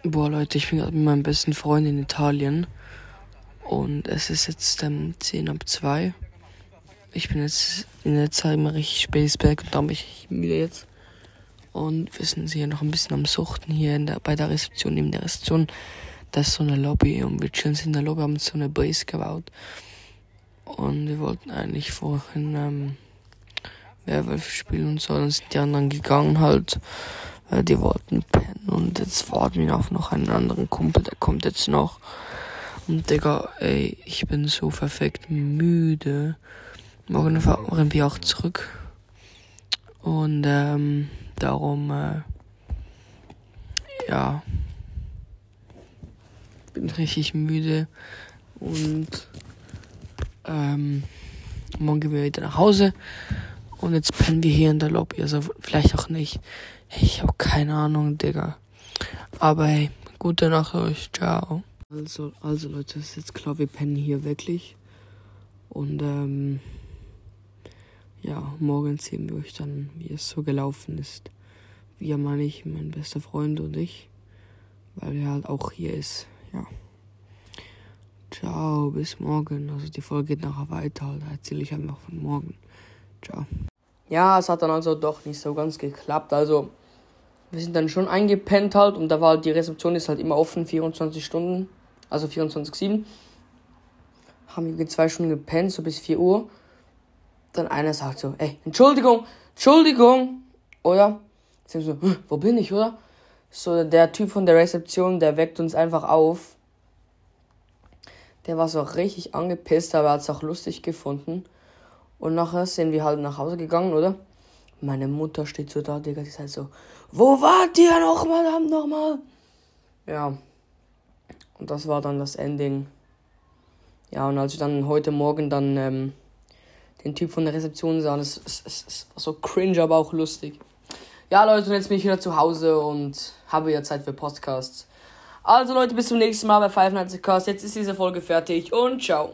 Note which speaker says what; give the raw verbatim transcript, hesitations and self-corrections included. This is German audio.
Speaker 1: Boah, Leute, ich bin gerade mit meinem besten Freund in Italien. Und es ist jetzt ähm, zehn ab zwei. Ich bin jetzt in der Zeit immer richtig Spaceback und darum bin ich müde jetzt. Und wir sind hier noch ein bisschen am Suchten hier in der, bei der Rezeption, neben der Rezeption. Da ist so eine Lobby und wir chillen in der Lobby, haben so eine Base gebaut. Und wir wollten eigentlich vorhin ähm, Werwolf spielen und so. Dann sind die anderen gegangen halt, weil die wollten pennen. Und jetzt warten wir auf noch einen anderen Kumpel, der kommt jetzt noch. Und Digga, ey, ich bin so perfekt müde. Morgen fahren wir auch zurück. Und ähm, darum, äh, ja, bin richtig müde. Und ähm, morgen gehen wir wieder nach Hause. Und jetzt pennen wir hier in der Lobby. Also vielleicht auch nicht. Hey, ich habe keine Ahnung, Digga. Aber hey, gute Nacht euch. Ciao. Also, also Leute, es ist jetzt klar, wir pennen hier wirklich. Und ähm, ja, morgen sehen wir euch dann, wie es so gelaufen ist. Wir meine ich, mein bester Freund und ich. Weil er halt auch hier ist. Ja. Ciao, bis morgen. Also die Folge geht nachher weiter. Da erzähle ich einfach von morgen. Ciao. Ja, es hat dann also doch nicht so ganz geklappt. Also, wir sind dann schon eingepennt halt. Und da war halt, die Rezeption ist halt immer offen, vierundzwanzig Stunden. Also vierundzwanzig sieben. Haben wir zwei Stunden gepennt, so bis vier Uhr. Dann einer sagt so, ey, Entschuldigung, Entschuldigung. Oder? Ich so, wo bin ich, oder? So, der Typ von der Rezeption, der weckt uns einfach auf. Der war so richtig angepisst, aber er hat es auch lustig gefunden. Und nachher sind wir halt nach Hause gegangen, oder? Meine Mutter steht so da, Digga, die sagt so, wo wart ihr nochmal, verdammt nochmal? Ja. Und das war dann das Ending. Ja, und als ich dann heute Morgen dann ähm, den Typ von der Rezeption sah, das, das, das, das war so cringe, aber auch lustig. Ja, Leute, und jetzt bin ich wieder zu Hause und habe wieder Zeit für Podcasts. Also, Leute, bis zum nächsten Mal bei Five Nights at Cast. Jetzt ist diese Folge fertig und ciao.